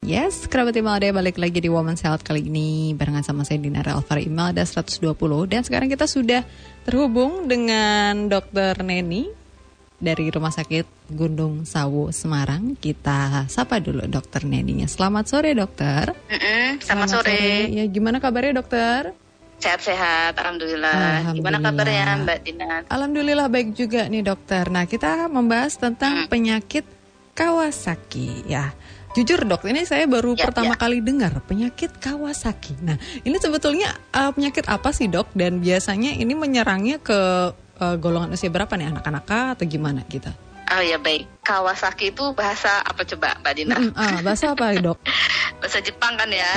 Yes, kerabat Imelda balik lagi di Women's Health kali ini barengan sama saya Dinara Alfara Imelda 120. Dan sekarang kita sudah terhubung dengan Dr. Neni dari Rumah Sakit Gunung Sawu Semarang. Kita sapa dulu Dr. Neninya. Selamat sore dokter. Selamat sore. Ya, gimana kabarnya dokter? Sehat-sehat, alhamdulillah. Gimana kabarnya Mbak Dina? Alhamdulillah baik juga nih dokter. Nah, kita membahas tentang penyakit Kawasaki ya. Jujur dok, ini saya baru pertama kali dengar penyakit Kawasaki. Nah, ini sebetulnya penyakit apa sih dok? Dan biasanya ini menyerangnya ke golongan usia berapa nih, anak-anak atau gimana gitu? Oh ya baik, Kawasaki itu bahasa apa coba Mbak Dina? Bahasa apa dok? Bahasa Jepang kan ya?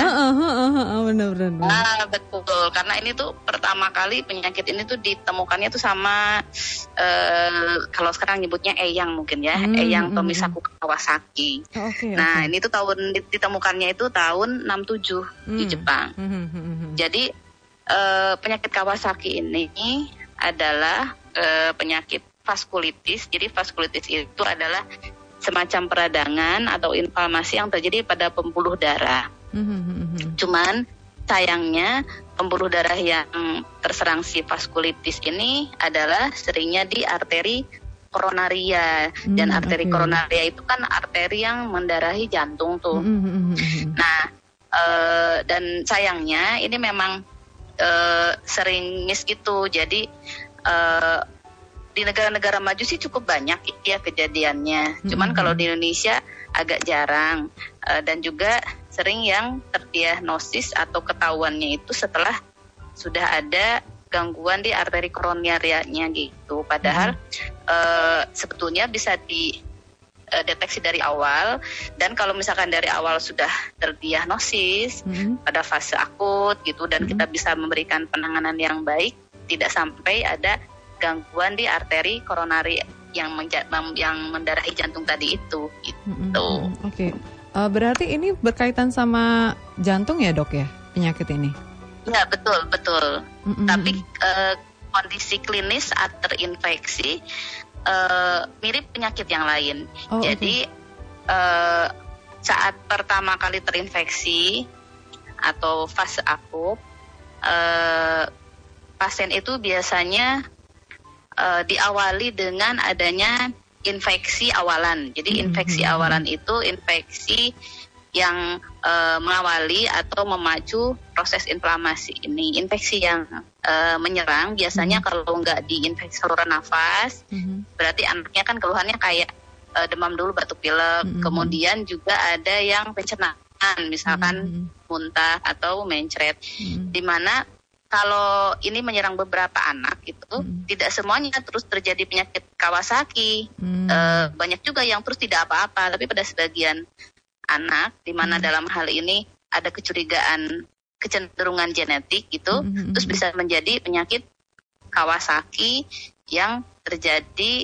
Benar. Betul, karena ini tuh pertama kali penyakit ini tuh ditemukannya tuh sama kalau sekarang nyebutnya Eyang mungkin ya, Eyang Tomisaku Kawasaki. Nah ini tuh ditemukannya itu tahun 67 di Jepang. Jadi penyakit Kawasaki ini adalah penyakit vaskulitis. Jadi vaskulitis itu adalah semacam peradangan atau inflamasi yang terjadi pada pembuluh darah. Cuman sayangnya pembuluh darah yang terserang si vaskulitis ini adalah seringnya di arteri koronaria. Dan arteri koronaria itu kan arteri yang mendarahi jantung tuh. Nah, dan sayangnya ini memang sering miss gitu. Jadi di negara-negara maju sih cukup banyak ya kejadiannya. Cuman kalau di Indonesia agak jarang. Dan juga sering yang terdiagnosis atau ketahuannya itu setelah sudah ada gangguan di arteri koronarianya gitu. Padahal sebetulnya bisa dideteksi dari awal. Dan kalau misalkan dari awal sudah terdiagnosis pada fase akut gitu, dan kita bisa memberikan penanganan yang baik, tidak sampai ada gangguan di arteri koronari yang mendarahi jantung tadi itu gitu. Oke. Berarti ini berkaitan sama jantung ya dok ya, penyakit ini? Ya betul. Tapi kondisi klinis saat terinfeksi mirip penyakit yang lain. Jadi saat pertama kali terinfeksi atau fase akut, pasien itu biasanya diawali dengan adanya infeksi awalan. Jadi infeksi awalan itu infeksi yang mengawali atau memacu proses inflamasi ini. Infeksi yang menyerang biasanya kalau nggak diinfeksi saluran nafas, berarti anaknya kan keluhannya kayak demam dulu, batuk pilek. Kemudian juga ada yang pencernaan, misalkan muntah atau mencret. Di mana kalau ini menyerang beberapa anak itu tidak semuanya terus terjadi penyakit Kawasaki. Banyak juga yang terus tidak apa-apa, tapi pada sebagian anak di mana dalam hal ini ada kecenderungan genetik gitu, terus bisa menjadi penyakit Kawasaki yang terjadi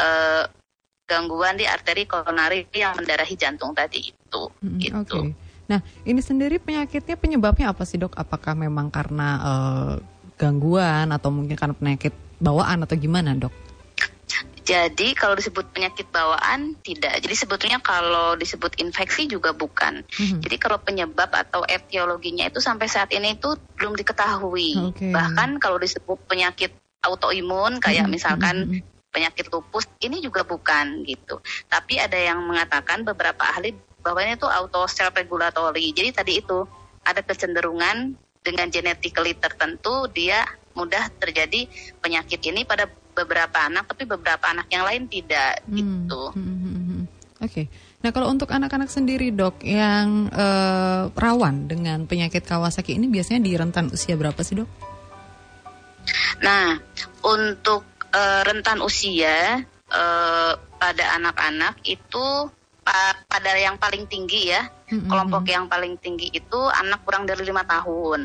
gangguan di arteri koronari yang mendarahi jantung tadi itu. Gitu. Nah, ini sendiri penyakitnya penyebabnya apa sih dok? Apakah memang karena gangguan atau mungkin karena penyakit bawaan atau gimana dok? Jadi kalau disebut penyakit bawaan tidak. Jadi sebetulnya kalau disebut infeksi juga bukan. Jadi kalau penyebab atau etiologinya itu sampai saat ini itu belum diketahui. Bahkan kalau disebut penyakit autoimun kayak misalkan penyakit lupus ini juga bukan gitu. Tapi ada yang mengatakan beberapa ahli bahwa ini tuh auto self regulatory. Jadi tadi itu ada kecenderungan dengan genetically tertentu dia mudah terjadi penyakit ini pada beberapa anak, tapi beberapa anak yang lain tidak gitu. Oke. Nah kalau untuk anak-anak sendiri dok yang rawan dengan penyakit Kawasaki ini biasanya di rentan usia berapa sih dok? Nah untuk rentan usia pada anak-anak itu pada yang paling tinggi ya, kelompok yang paling tinggi itu anak kurang dari 5 tahun.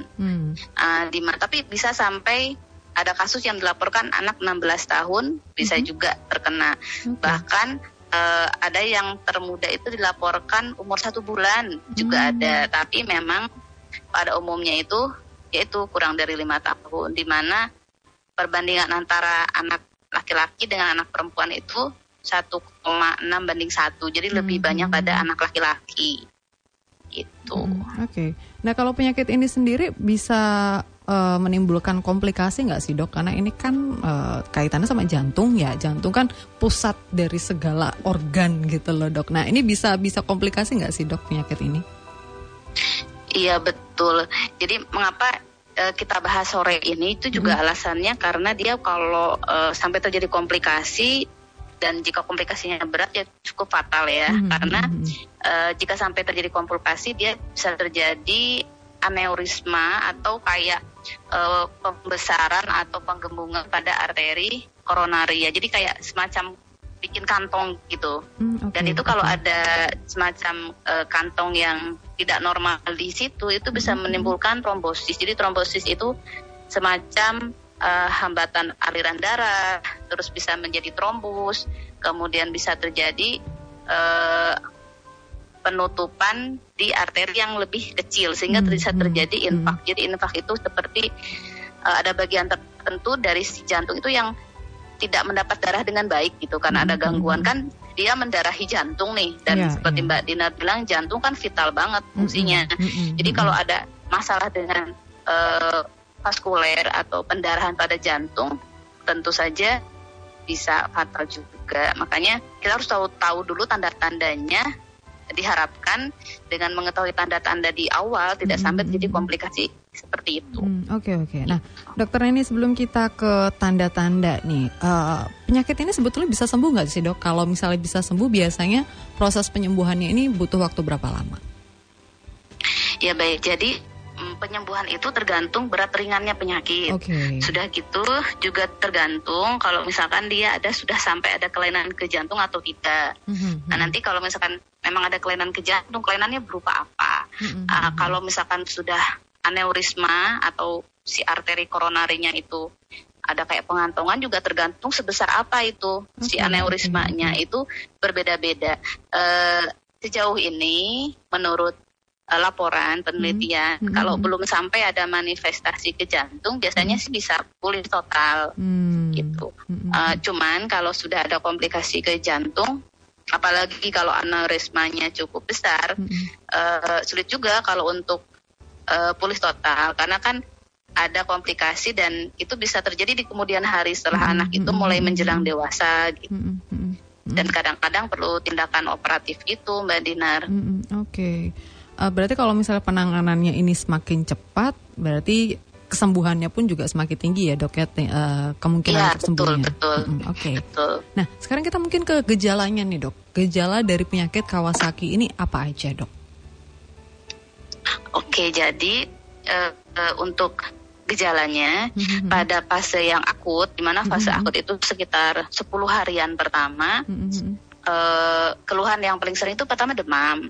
Tapi bisa sampai ada kasus yang dilaporkan anak 16 tahun bisa juga terkena. Bahkan ada yang termuda itu dilaporkan umur 1 bulan juga ada. Tapi memang pada umumnya itu yaitu kurang dari 5 tahun, di mana perbandingan antara anak laki-laki dengan anak perempuan itu 1,6 banding 1. Jadi lebih banyak pada anak laki-laki. gitu. Oke. Nah kalau penyakit ini sendiri bisa menimbulkan komplikasi nggak sih dok? Karena ini kan kaitannya sama jantung ya. Jantung kan pusat dari segala organ gitu loh dok. Nah ini bisa komplikasi nggak sih dok penyakit ini? Iya betul. Jadi mengapa kita bahas sore ini itu juga alasannya karena dia kalau sampai terjadi komplikasi, dan jika komplikasinya berat ya cukup fatal ya. Karena jika sampai terjadi komplikasi dia bisa terjadi aneurisma atau kayak pembesaran atau penggembungan pada arteri koronaria. Jadi kayak semacam bikin kantong gitu. Dan itu kalau ada semacam kantong yang tidak normal di situ, itu bisa menimbulkan trombosis. Jadi trombosis itu semacam hambatan aliran darah, terus bisa menjadi trombus, kemudian bisa terjadi penutupan di arteri yang lebih kecil sehingga bisa terjadi infak. Jadi infak itu seperti ada bagian tertentu dari si jantung itu yang tidak mendapat darah dengan baik gitu karena ada gangguan kan dia mendarahi jantung nih dan seperti Mbak Dinar bilang jantung kan vital banget fungsinya. Jadi kalau ada masalah dengan vaskuler atau pendarahan pada jantung tentu saja bisa fatal juga. Makanya kita harus tahu dulu tanda-tandanya. Diharapkan dengan mengetahui tanda-tanda di awal tidak sampai terjadi komplikasi seperti itu. Oke. Nah, dokter ini sebelum kita ke tanda-tanda nih, penyakit ini sebetulnya bisa sembuh nggak sih dok? Kalau misalnya bisa sembuh, biasanya proses penyembuhannya ini butuh waktu berapa lama? Ya baik, jadi penyembuhan itu tergantung berat ringannya penyakit. Sudah gitu juga tergantung kalau misalkan dia sudah sampai ada kelainan ke jantung atau tidak. Nah nanti kalau misalkan memang ada kelainan ke jantung, kelainannya berupa apa? Kalau misalkan sudah aneurisma atau si arteri koronarinya itu ada kayak pengantongan, juga tergantung sebesar apa itu si aneurismanya itu berbeda-beda. Sejauh ini menurut laporan penelitian, kalau belum sampai ada manifestasi ke jantung, biasanya sih bisa pulih total gitu. Cuman kalau sudah ada komplikasi ke jantung, apalagi kalau aneurismanya cukup besar, sulit juga kalau untuk pulih total, karena kan ada komplikasi dan itu bisa terjadi di kemudian hari setelah anak itu mulai menjelang dewasa gitu. Dan kadang-kadang perlu tindakan operatif gitu, Mbak Dinar. Berarti kalau misalnya penanganannya ini semakin cepat, berarti kesembuhannya pun juga semakin tinggi ya dok ya, kemungkinan kesembuhannya. Betul. Betul. Nah sekarang kita mungkin ke gejalanya nih dok. Gejala dari penyakit Kawasaki ini apa aja dok? Jadi untuk gejalanya pada fase yang akut, di mana fase akut itu sekitar 10 harian pertama, keluhan yang paling sering itu pertama demam.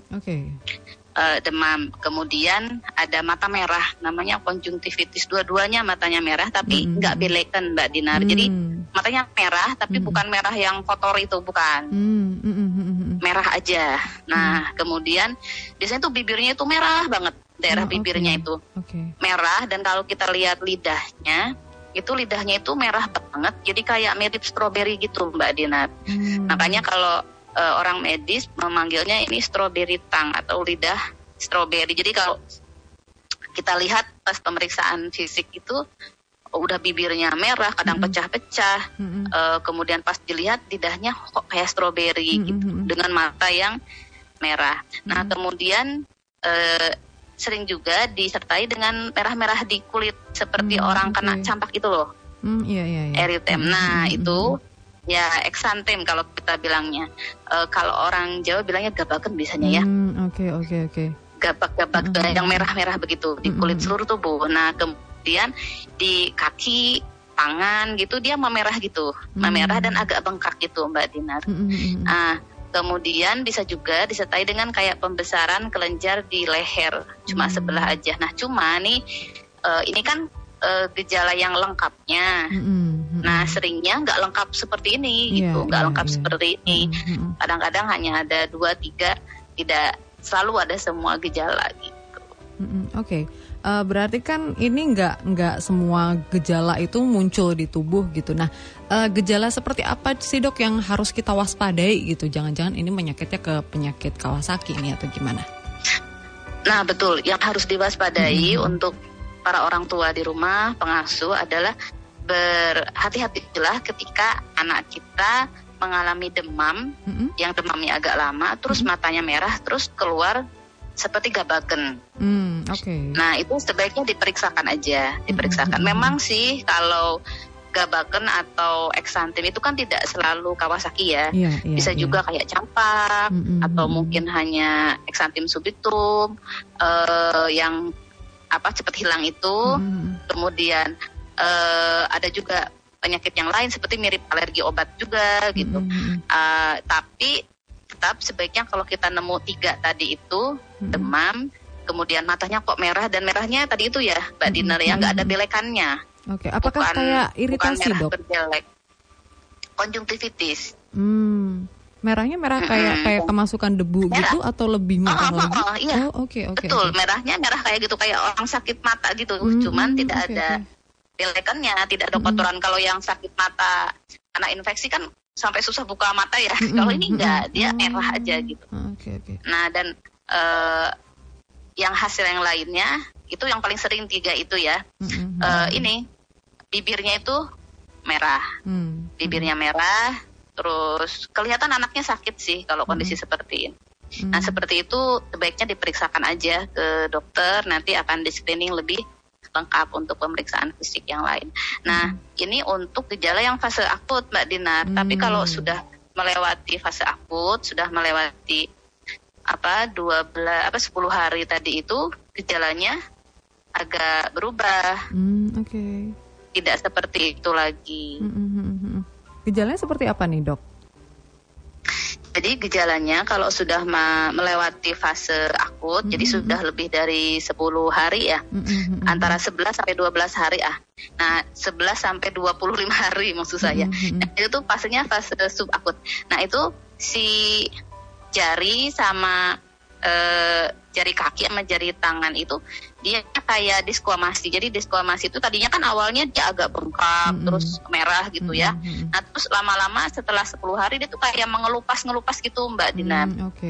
Demam, kemudian ada mata merah, namanya konjungtivitis, dua-duanya matanya merah tapi nggak belekan Mbak Dinar. Jadi matanya merah tapi bukan merah yang kotor itu, bukan. Merah aja. Nah, kemudian biasanya tuh bibirnya itu merah banget, daerah bibirnya itu merah, dan kalau kita lihat lidahnya itu merah banget, jadi kayak mirip stroberi gitu Mbak Dinar. Makanya kalau orang medis memanggilnya ini strawberry tongue atau lidah stroberi. Jadi kalau kita lihat pas pemeriksaan fisik itu udah bibirnya merah, kadang pecah-pecah, kemudian pas dilihat lidahnya kok kayak stroberi gitu, dengan mata yang merah. Nah kemudian sering juga disertai dengan merah-merah di kulit seperti orang kena campak itu loh, eritem. Nah itu ya eksantem kalau kita bilangnya. Kalau orang Jawa bilangnya gabaken biasanya ya. Gabak-gabak yang merah-merah begitu di kulit seluruh tubuh. Nah kemudian di kaki, tangan gitu dia memerah gitu, memerah dan agak bengkak gitu Mbak Dinar. Nah kemudian bisa juga disertai dengan kayak pembesaran kelenjar di leher, cuma sebelah aja. Nah cuma nih ini kan gejala yang lengkapnya. Nah seringnya nggak lengkap seperti ini gitu, nggak lengkap seperti ini. Kadang-kadang hanya ada 2-3, tidak selalu ada semua gejala gitu. Berarti kan ini nggak semua gejala itu muncul di tubuh gitu. Nah gejala seperti apa sih dok yang harus kita waspadai gitu? Jangan-jangan ini penyakitnya ke penyakit Kawasaki ini atau gimana? Nah betul, yang harus diwaspadai untuk para orang tua di rumah, pengasuh adalah berhati-hatilah ketika anak kita mengalami demam, yang demamnya agak lama, terus matanya merah, terus keluar seperti gabagen. Nah itu sebaiknya diperiksakan aja, diperiksakan. Memang sih kalau gabagen atau eksantim itu kan tidak selalu Kawasaki ya, bisa juga kayak campak atau mungkin hanya eksantim subitum yang cepat hilang itu. Kemudian ada juga penyakit yang lain seperti mirip alergi obat juga gitu. Tapi tetap sebaiknya kalau kita nemu 3 tadi itu, demam, kemudian matanya kok merah, dan merahnya tadi itu ya Mbak Dinar ya nggak ada belekannya. Apakah kayak iritasi dok? Berbelek. Konjungtivitis. Merahnya merah kayak kemasukan debu merah gitu atau lebih merah lagi? Iya. Betul, merahnya merah kayak gitu, kayak orang sakit mata gitu. Cuman tidak ada belekannya, tidak ada kotoran. Kalau yang sakit mata karena infeksi kan sampai susah buka mata ya. Kalau ini enggak, dia merah aja gitu. Nah dan yang hasil yang lainnya itu yang paling sering 3 itu ya. Ini bibirnya itu merah, bibirnya merah. Terus kelihatan anaknya sakit sih kalau kondisi seperti ini. Nah seperti itu sebaiknya diperiksakan aja ke dokter, nanti akan di-screening lebih lengkap untuk pemeriksaan fisik yang lain. Nah ini untuk gejala yang fase akut Mbak Dinar. Tapi kalau sudah melewati fase akut, sudah melewati 10 hari tadi itu, gejalanya agak berubah. Tidak seperti itu lagi. Gejalanya seperti apa nih dok? Jadi gejalanya kalau sudah melewati fase akut, jadi sudah lebih dari 10 hari ya, antara 11 sampai 12 hari Nah 11 sampai 25 hari maksud saya. Nah, itu tuh fasenya fase subakut. Nah itu si jari sama jari kaki sama jari tangan itu dia kayak diskuamasi. Jadi diskuamasi itu tadinya kan awalnya dia agak bengkak, terus merah gitu ya. Nah terus lama-lama setelah 10 hari dia tuh kayak mengelupas gitu Mbak Dinar.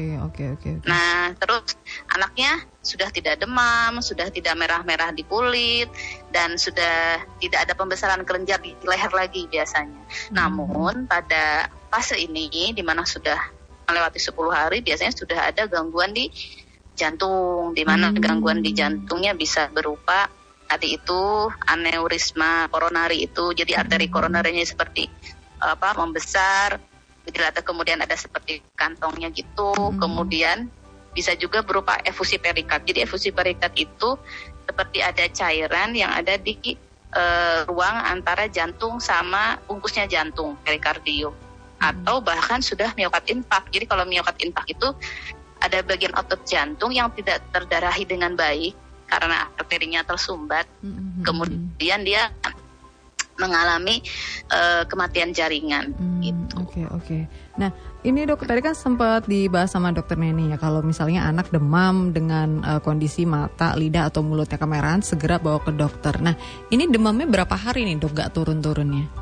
Nah terus anaknya sudah tidak demam, sudah tidak merah-merah di kulit, dan sudah tidak ada pembesaran kelenjar di leher lagi biasanya. Namun pada fase ini di mana sudah melewati 10 hari biasanya sudah ada gangguan di jantung, di mana gangguan di jantungnya bisa berupa tadi itu aneurisma koronari itu, jadi arteri koronarinya seperti membesar, atau kemudian ada seperti kantongnya gitu, kemudian bisa juga berupa efusi perikat. Jadi efusi perikat itu seperti ada cairan yang ada di ruang antara jantung sama bungkusnya jantung, perikardium. Atau bahkan sudah miokard infark. Jadi kalau miokard infark itu ada bagian otot jantung yang tidak terdarahi dengan baik karena arterinya tersumbat. Kemudian dia mengalami kematian jaringan. Gitu. Oke. Nah, ini dok, tadi kan sempat dibahas sama dokter Neni ya, kalau misalnya anak demam dengan kondisi mata, lidah atau mulutnya kemerahan, segera bawa ke dokter. Nah, ini demamnya berapa hari nih dok, gak turun-turunnya?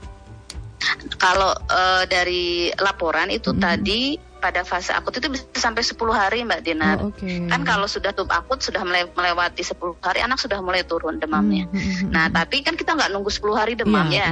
Kalau dari laporan itu tadi pada fase akut itu bisa sampai 10 hari Mbak Dinar. Kan kalau sudah akut sudah melewati 10 hari anak sudah mulai turun demamnya. Nah tapi kan kita nggak nunggu 10 hari demam ya.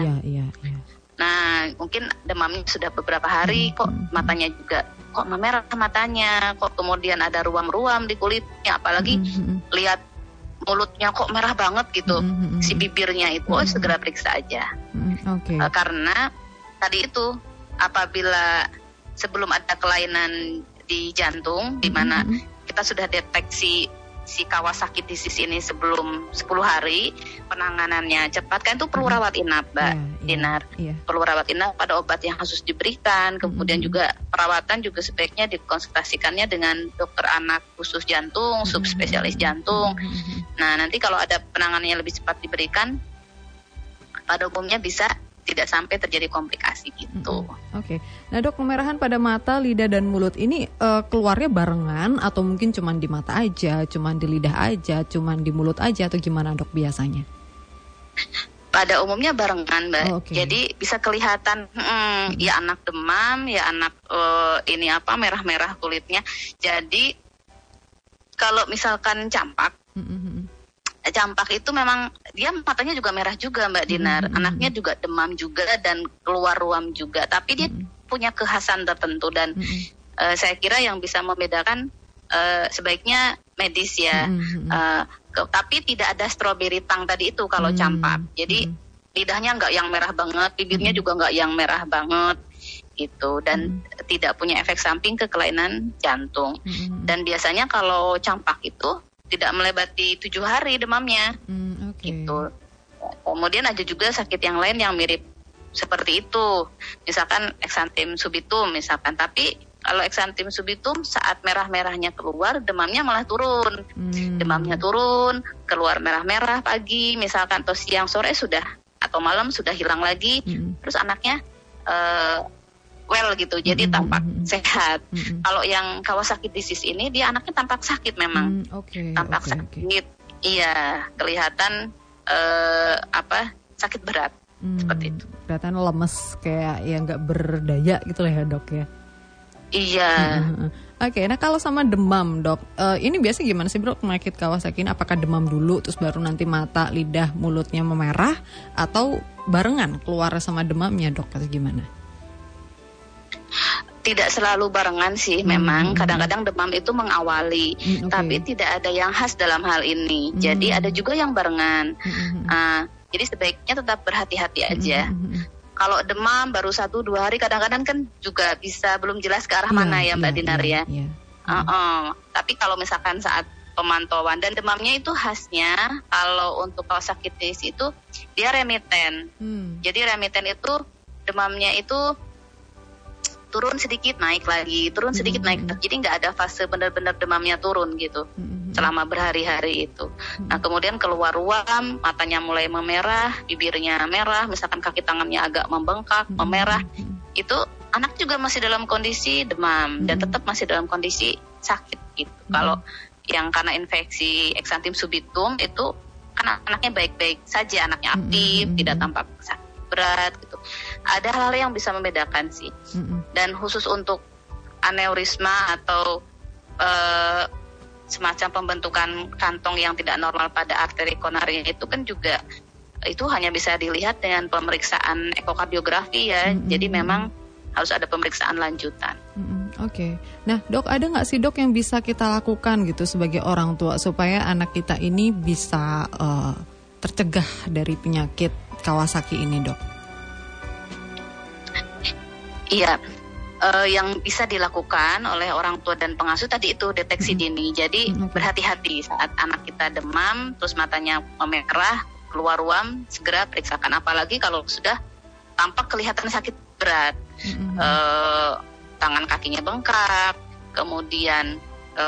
Nah mungkin demamnya sudah beberapa hari kok matanya juga kok merah matanya, kok kemudian ada ruam-ruam di kulitnya, apalagi lihat mulutnya kok merah banget gitu, si bibirnya itu segera periksa aja. Karena tadi itu apabila sebelum ada kelainan di jantung, di mana kita sudah deteksi si Kawasaki disease ini sebelum 10 hari, penanganannya cepat, kan itu perlu rawat inap Mbak Dinar. Perlu rawat inap, ada obat yang khusus diberikan, kemudian juga perawatan juga sebaiknya dikonsultasikannya dengan dokter anak khusus jantung, subspesialis jantung. Nah nanti kalau ada penanganannya lebih cepat diberikan, pada umumnya bisa tidak sampai terjadi komplikasi gitu. Nah dok, kemerahan pada mata, lidah dan mulut ini keluarnya barengan atau mungkin cuma di mata aja, cuma di lidah aja, cuma di mulut aja, atau gimana dok biasanya? Pada umumnya barengan Mbak. Jadi bisa kelihatan ya anak demam, ya anak merah-merah kulitnya. Jadi kalau misalkan campak, campak itu memang dia matanya juga merah juga Mbak Dinar, anaknya juga demam juga dan keluar ruam juga, tapi dia punya kekhasan tertentu dan saya kira yang bisa membedakan sebaiknya medis ya, tapi tidak ada strawberry tongue tadi itu kalau campak, jadi lidahnya nggak yang merah banget, bibirnya juga nggak yang merah banget gitu, dan tidak punya efek samping ke kelainan jantung. Dan biasanya kalau campak itu tidak melewati 7 hari demamnya, gitu. Kemudian ada juga sakit yang lain yang mirip seperti itu, misalkan eksantim subitum misalkan, tapi kalau eksantim subitum saat merah-merahnya keluar, demamnya malah turun, demamnya turun, keluar merah-merah pagi, misalkan atau siang sore sudah atau malam sudah hilang lagi, terus anaknya well gitu, jadi tampak sehat. Kalau yang Kawasaki disease ini dia anaknya tampak sakit memang, tampak sakit, iya kelihatan sakit berat seperti itu. Kelihatan lemes kayak ya nggak berdaya gitu lah ya dok ya. Iya. Oke, nah kalau sama demam dok, ini biasa gimana sih bro penyakit Kawasaki ini? Apakah demam dulu terus baru nanti mata, lidah, mulutnya memerah, atau barengan keluar sama demamnya dok atau gimana? Tidak selalu barengan sih, memang kadang-kadang demam itu mengawali, tapi tidak ada yang khas dalam hal ini. Jadi ada juga yang barengan. Jadi sebaiknya tetap berhati-hati aja. Kalau demam baru 1-2 hari, kadang-kadang kan juga bisa belum jelas ke arah mana ya Mbak Dinar ya. Tapi kalau misalkan saat pemantauan, dan demamnya itu khasnya kalau untuk Kawasaki disease itu dia remiten. Jadi remiten itu demamnya itu turun sedikit naik lagi, turun sedikit naik. Jadi nggak ada fase benar-benar demamnya turun gitu selama berhari-hari itu. Nah kemudian keluar ruam, matanya mulai memerah, bibirnya merah, misalkan kaki tangannya agak membengkak, memerah. Itu anak juga masih dalam kondisi demam dan tetap masih dalam kondisi sakit gitu. Kalau yang karena infeksi eksantim subitum itu kan anaknya baik-baik saja, anaknya aktif, tidak tampak sakit berat gitu. Ada hal-hal yang bisa membedakan sih. Dan khusus untuk aneurisma atau semacam pembentukan kantong yang tidak normal pada arteri koronarnya itu kan juga itu hanya bisa dilihat dengan pemeriksaan ekokardiografi ya. Jadi memang harus ada pemeriksaan lanjutan. Oke. Nah dok, ada nggak sih dok yang bisa kita lakukan gitu sebagai orang tua supaya anak kita ini bisa tercegah dari penyakit Kawasaki ini dok? Iya, yang bisa dilakukan oleh orang tua dan pengasuh tadi itu deteksi dini. Jadi berhati-hati saat anak kita demam, terus matanya memerah, keluar ruam, segera periksakan. Apalagi kalau sudah tampak kelihatan sakit berat, tangan kakinya bengkak, kemudian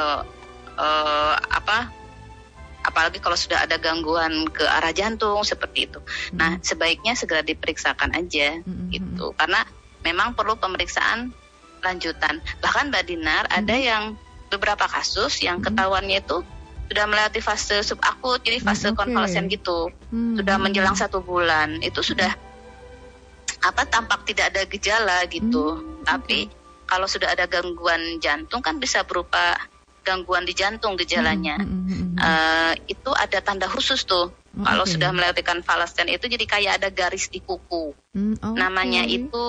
apalagi kalau sudah ada gangguan ke arah jantung seperti itu. Nah, sebaiknya segera diperiksakan aja gitu. Karena memang perlu pemeriksaan lanjutan. Bahkan Mbak Dinar ada yang beberapa kasus yang ketahuannya itu sudah melewati fase subakut, jadi fase konvalesen gitu. Sudah menjelang 1 bulan. Itu sudah tampak tidak ada gejala gitu. Tapi kalau sudah ada gangguan jantung kan bisa berupa gangguan di jantung gejalanya. Itu ada tanda khusus tuh. Kalau sudah melewati konvalesen itu jadi kayak ada garis di kuku. Namanya itu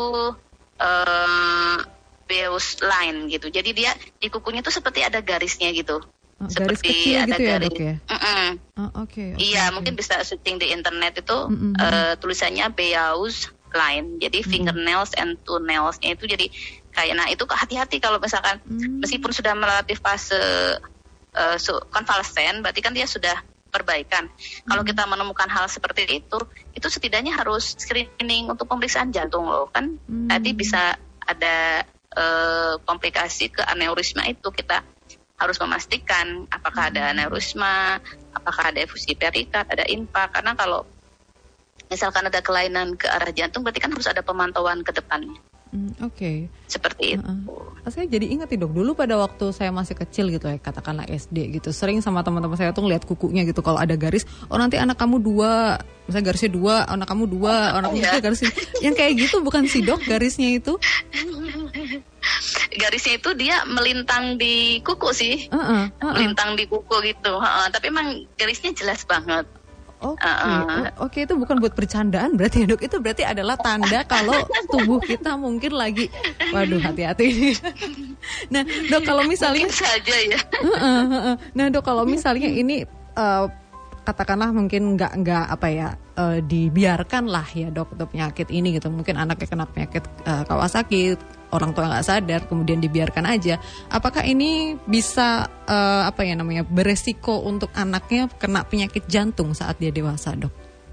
Beus line gitu. Jadi dia di kukunya tuh seperti ada garisnya gitu. Garis seperti kecil ada gitu ya garis. dok ya? Iya, mungkin bisa searching di internet itu tulisannya Beus line. Jadi fingernails and toenails-nya itu jadi kayak, nah itu hati-hati kalau misalkan meskipun sudah melewati fase konvalesen, berarti kan dia sudah perbaikan. Kalau kita menemukan hal seperti itu setidaknya harus screening untuk pemeriksaan jantung loh kan. Tadi bisa ada komplikasi ke aneurisma itu, kita harus memastikan apakah ada aneurisma, apakah ada efusi perikard, ada infark. Karena kalau misalkan ada kelainan ke arah jantung, berarti kan harus ada pemantauan ke depannya. Seperti itu. Saya jadi ingat nih dok, dulu pada waktu saya masih kecil gitu ya, katakanlah SD gitu, sering sama teman-teman saya tuh ngeliat kukunya gitu, kalau ada garis, oh nanti anak kamu 2, misalnya garisnya 2, anak kamu 2, anak kamu 3 garisnya, yang kayak gitu bukan sih dok garisnya itu? garisnya itu dia melintang di kuku sih, melintang di kuku gitu. Tapi emang garisnya jelas banget. Oke, itu bukan buat bercandaan berarti ya dok, itu berarti adalah tanda kalau tubuh kita mungkin lagi, waduh hati-hati. Nah dok, kalau misalnya mungkin saja ya. Nah dok, kalau misalnya ini katakanlah mungkin nggak apa ya, dibiarkan lah ya dok untuk penyakit ini gitu, mungkin anaknya kena penyakit Kawasaki, orang tua nggak sadar, kemudian dibiarkan aja. Apakah ini bisa beresiko untuk anaknya kena penyakit jantung saat dia dewasa, dok?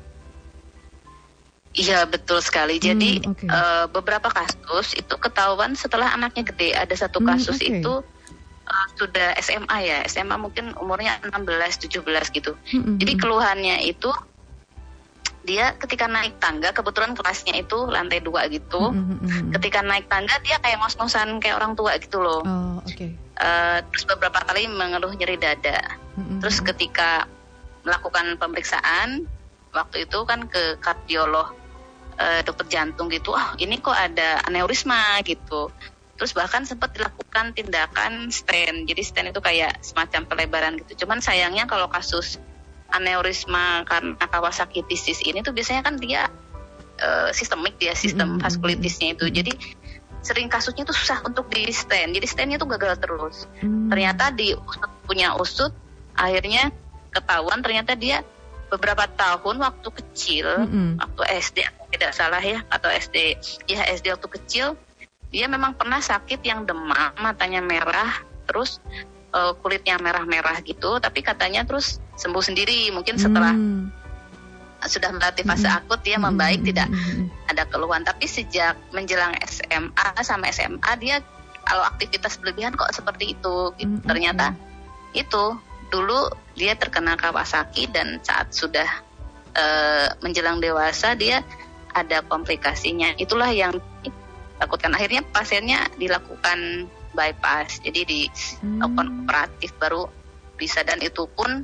Iya, betul sekali. Jadi beberapa kasus itu ketahuan setelah anaknya gede. Ada satu kasus itu sudah SMA ya, SMA mungkin umurnya 16-17 gitu. Jadi keluhannya itu dia ketika naik tangga, kebetulan kelasnya itu lantai 2 gitu. Ketika naik tangga dia kayak ngos-ngosan kayak orang tua gitu loh. Terus beberapa kali mengeluh nyeri dada. Terus ketika melakukan pemeriksaan, waktu itu kan ke kardiolog, dokter jantung gitu, ini kok ada aneurisma gitu. Terus bahkan sempat dilakukan tindakan stent. Jadi stent itu kayak semacam pelebaran gitu. Cuman sayangnya kalau kasus aneurisma karena Kawasaki disease ini tuh biasanya kan dia sistemik, dia sistem vaskulitisnya itu. Jadi sering kasusnya tuh susah untuk di stent. Jadi stentnya tuh gagal terus. Ternyata di punya usut, akhirnya ketahuan ternyata dia beberapa tahun waktu kecil, waktu SD tidak salah ya, atau SD waktu kecil, dia memang pernah sakit yang demam, matanya merah, terus kulitnya merah-merah gitu, tapi katanya terus sembuh sendiri. Mungkin setelah sudah melatih fase akut dia membaik, tidak ada keluhan. Tapi sejak menjelang SMA sama SMA dia kalau aktivitas berlebihan kok seperti itu gitu. Ternyata itu dulu dia terkena Kawasaki, dan saat sudah menjelang dewasa dia ada komplikasinya. Itulah yang takutkan. Akhirnya pasiennya dilakukan bypass, jadi dilakukan operatif baru bisa, dan itu pun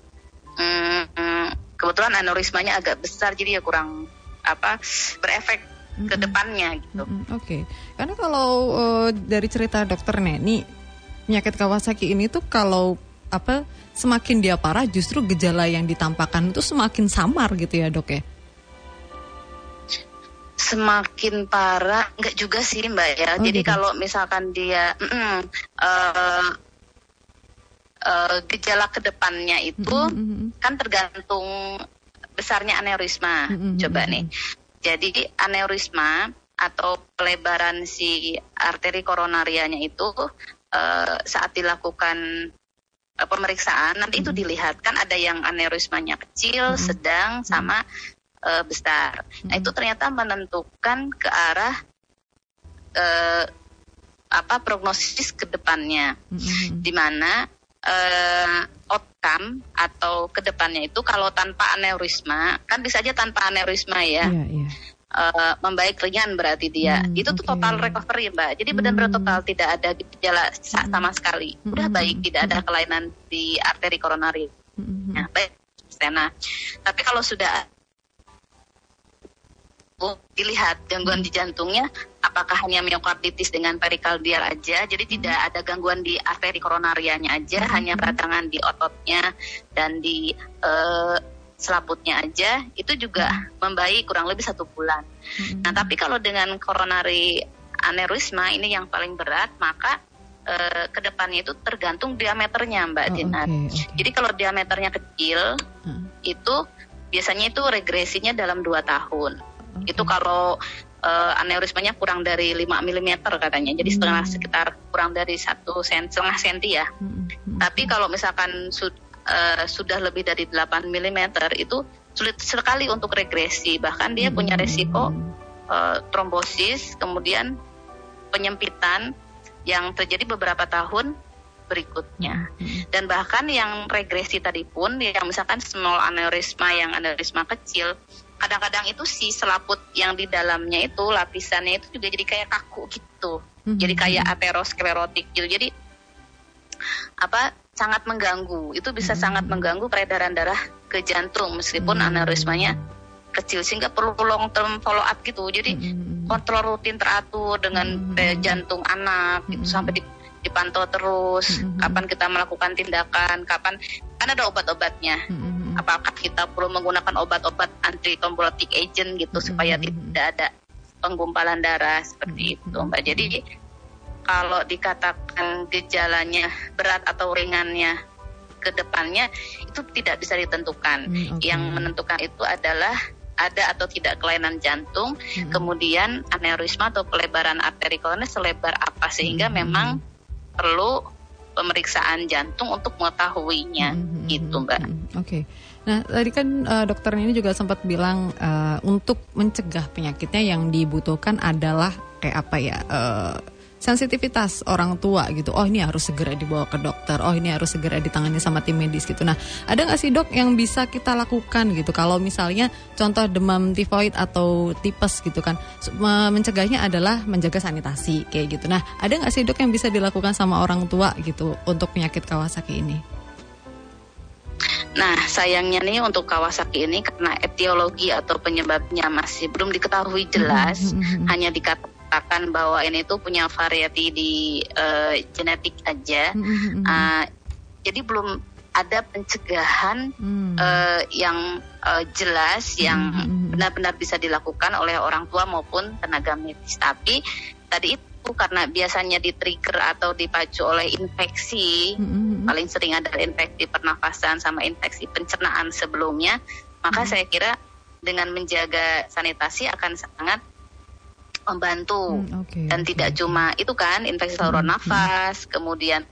kebetulan aneurismanya agak besar, jadi ya kurang berefek ke depannya gitu. Karena kalau dari cerita dokter Neni, penyakit Kawasaki ini tuh kalau semakin dia parah, justru gejala yang ditampakkan itu semakin samar gitu ya dok ya? Semakin parah, enggak juga sih Mbak ya. Jadi gitu. Kalau misalkan dia gejala kedepannya itu kan tergantung besarnya aneurisma. Coba nih. Jadi aneurisma atau pelebaran si arteri koronarianya itu saat dilakukan pemeriksaan nanti itu dilihat kan ada yang aneurismanya kecil, sedang, sama besar. Nah itu ternyata menentukan ke arah prognosis ke depannya, di mana outcome atau ke depannya itu kalau tanpa aneurisma, kan bisa aja tanpa aneurisma ya, membaik ringan berarti dia itu tuh total recovery Mbak. Jadi benar-benar total, tidak ada gejala sama sekali, udah baik, tidak ada kelainan di arteri koronari. Nah baik, Stena. Tapi kalau sudah dilihat gangguan di jantungnya, apakah hanya miokarditis dengan perikardial aja, jadi tidak ada gangguan di arteri koronarianya aja, hanya peradangan di ototnya dan di selaputnya aja, itu juga membaik kurang lebih 1 bulan. Nah tapi kalau dengan koronari aneurisma ini yang paling berat, maka kedepannya itu tergantung diameternya Mbak Dinar. Jadi kalau diameternya kecil, itu biasanya itu regresinya dalam 2 tahun. Itu kalau aneurismanya kurang dari 5 mm katanya, jadi sekitar kurang dari 1,5 cm ya. Tapi kalau misalkan sudah lebih dari 8 mm itu sulit sekali untuk regresi, bahkan dia punya resiko trombosis, kemudian penyempitan yang terjadi beberapa tahun berikutnya. Dan bahkan yang regresi tadi pun, yang misalkan small aneurisma, yang aneurisma kecil, kadang-kadang itu si selaput yang di dalamnya itu, lapisannya itu juga jadi kayak kaku gitu, jadi kayak aterosklerotik gitu. Jadi sangat mengganggu, itu bisa sangat mengganggu peredaran darah ke jantung meskipun aneurismanya kecil sehingga perlu long term follow up gitu. Jadi kontrol rutin teratur dengan jantung anak gitu, sampai dipantau terus. Kapan kita melakukan tindakan, kapan kan ada obat-obatnya. Apakah kita perlu menggunakan obat-obat anti thrombotic agent gitu supaya tidak ada penggumpalan darah seperti itu, Mbak. Jadi kalau dikatakan gejalanya berat atau ringannya ke depannya itu tidak bisa ditentukan. Yang menentukan itu adalah ada atau tidak kelainan jantung, kemudian aneurisma atau pelebaran arteri koroner selebar apa, sehingga memang perlu pemeriksaan jantung untuk mengetahuinya, gitu Mbak. Oke. Nah tadi kan dokter ini juga sempat bilang untuk mencegah penyakitnya yang dibutuhkan adalah kayak apa ya? Sensitivitas orang tua gitu. Oh ini harus segera dibawa ke dokter. Oh ini harus segera ditangani sama tim medis gitu. Nah ada nggak sih dok yang bisa kita lakukan gitu? Kalau misalnya contoh demam tifoid atau tipes gitu kan, mencegahnya adalah menjaga sanitasi kayak gitu. Nah ada nggak sih dok yang bisa dilakukan sama orang tua gitu untuk penyakit Kawasaki ini? Nah sayangnya nih untuk Kawasaki ini karena etiologi atau penyebabnya masih belum diketahui jelas, hanya dikatakan bahwa ini tuh punya variasi di genetik aja, jadi belum ada pencegahan yang jelas yang benar-benar bisa dilakukan oleh orang tua maupun tenaga medis. Tapi tadi itu karena biasanya di-trigger atau dipacu oleh infeksi, paling sering ada infeksi pernafasan sama infeksi pencernaan sebelumnya, maka saya kira dengan menjaga sanitasi akan sangat membantu. Tidak cuma itu kan, infeksi saluran nafas, kemudian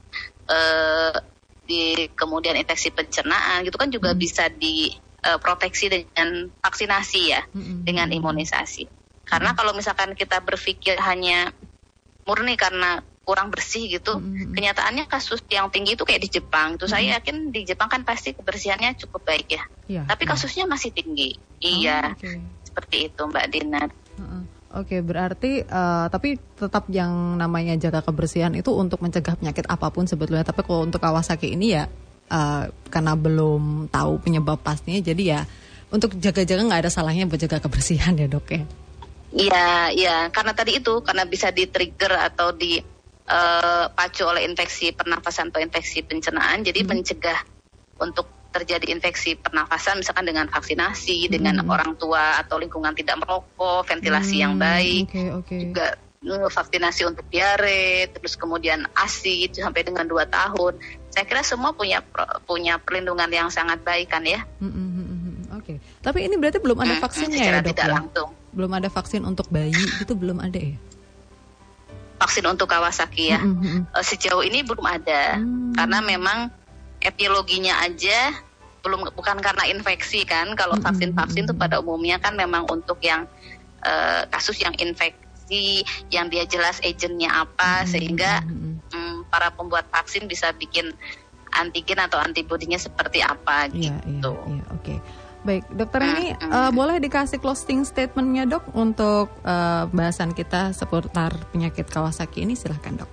kemudian infeksi pencernaan gitu kan juga bisa diproteksi dengan vaksinasi ya, dengan imunisasi. Karena kalau misalkan kita berpikir hanya murni karena kurang bersih gitu, kenyataannya kasus yang tinggi itu kayak di Jepang. Itu saya yakin di Jepang kan pasti kebersihannya cukup baik ya. Tapi kasusnya masih tinggi. Seperti itu Mbak Dinar. Oke, berarti tapi tetap yang namanya jaga kebersihan itu untuk mencegah penyakit apapun sebetulnya. Tapi kalau untuk Kawasaki ini ya karena belum tahu penyebab pastinya, jadi ya untuk jaga-jaga nggak ada salahnya buat jaga kebersihan ya dok ya. Iya, karena tadi itu karena bisa di-trigger atau dipacu oleh infeksi pernafasan atau infeksi pencernaan, jadi mencegah untuk terjadi infeksi pernafasan misalkan dengan vaksinasi, dengan orang tua atau lingkungan tidak merokok, ventilasi yang baik, juga vaksinasi untuk diare, terus kemudian ASI sampai dengan 2 tahun. Saya kira semua punya perlindungan yang sangat baik kan ya. Tapi ini berarti belum ada vaksinnya ya dok? Tidak langsung. Belum ada vaksin untuk bayi itu belum ada ya? Vaksin untuk Kawasaki ya, sejauh ini belum ada, karena memang etiologinya aja bukan karena infeksi kan. Kalau vaksin-vaksin itu pada umumnya kan memang untuk yang kasus yang infeksi yang dia jelas agentnya apa, sehingga para pembuat vaksin bisa bikin antigen atau antibodinya seperti apa gitu. Oke. Baik, dokter ini boleh dikasih closing statementnya dok untuk bahasan kita seputar penyakit Kawasaki ini, silahkan dok.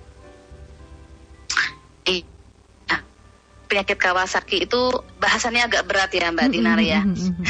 Penyakit Kawasaki itu bahasannya agak berat ya Mbak Dinar ya.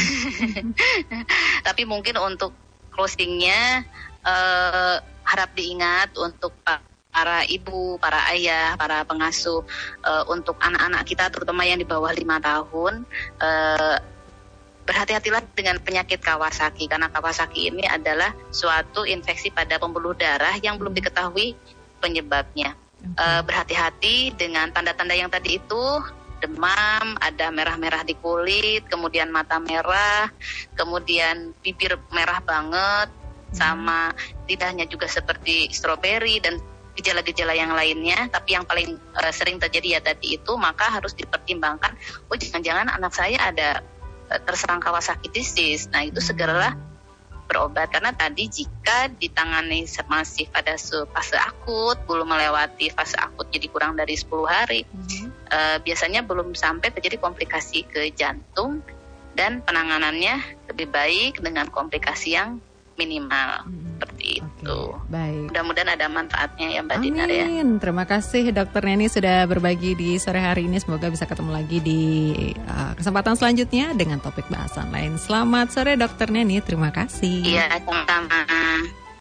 Tapi mungkin untuk closingnya harap diingat untuk para ibu, para ayah, para pengasuh, untuk anak-anak kita terutama yang di bawah 5 tahun, berhati-hatilah dengan penyakit Kawasaki, karena Kawasaki ini adalah suatu infeksi pada pembuluh darah yang belum diketahui penyebabnya. Berhati-hati dengan tanda-tanda yang tadi itu, demam, ada merah-merah di kulit, kemudian mata merah, kemudian bibir merah banget, sama lidahnya juga seperti stroberi dan gejala-gejala yang lainnya. Tapi yang paling sering terjadi ya tadi itu, maka harus dipertimbangkan, oh jangan-jangan anak saya ada terserang Kawasaki disease. Nah itu segeralah berobat, karena tadi jika ditangani masih pada fase akut, belum melewati fase akut jadi kurang dari 10 hari, biasanya belum sampai terjadi komplikasi ke jantung, dan penanganannya lebih baik dengan komplikasi yang minimal seperti itu. gitu. Baik. Mudah-mudahan ada manfaatnya ya Mbak Dinar ya. Amin. Terima kasih Dokter Neni sudah berbagi di sore hari ini. Semoga bisa ketemu lagi di kesempatan selanjutnya dengan topik bahasan lain. Selamat sore Dokter Neni. Terima kasih. Iya, sama-sama.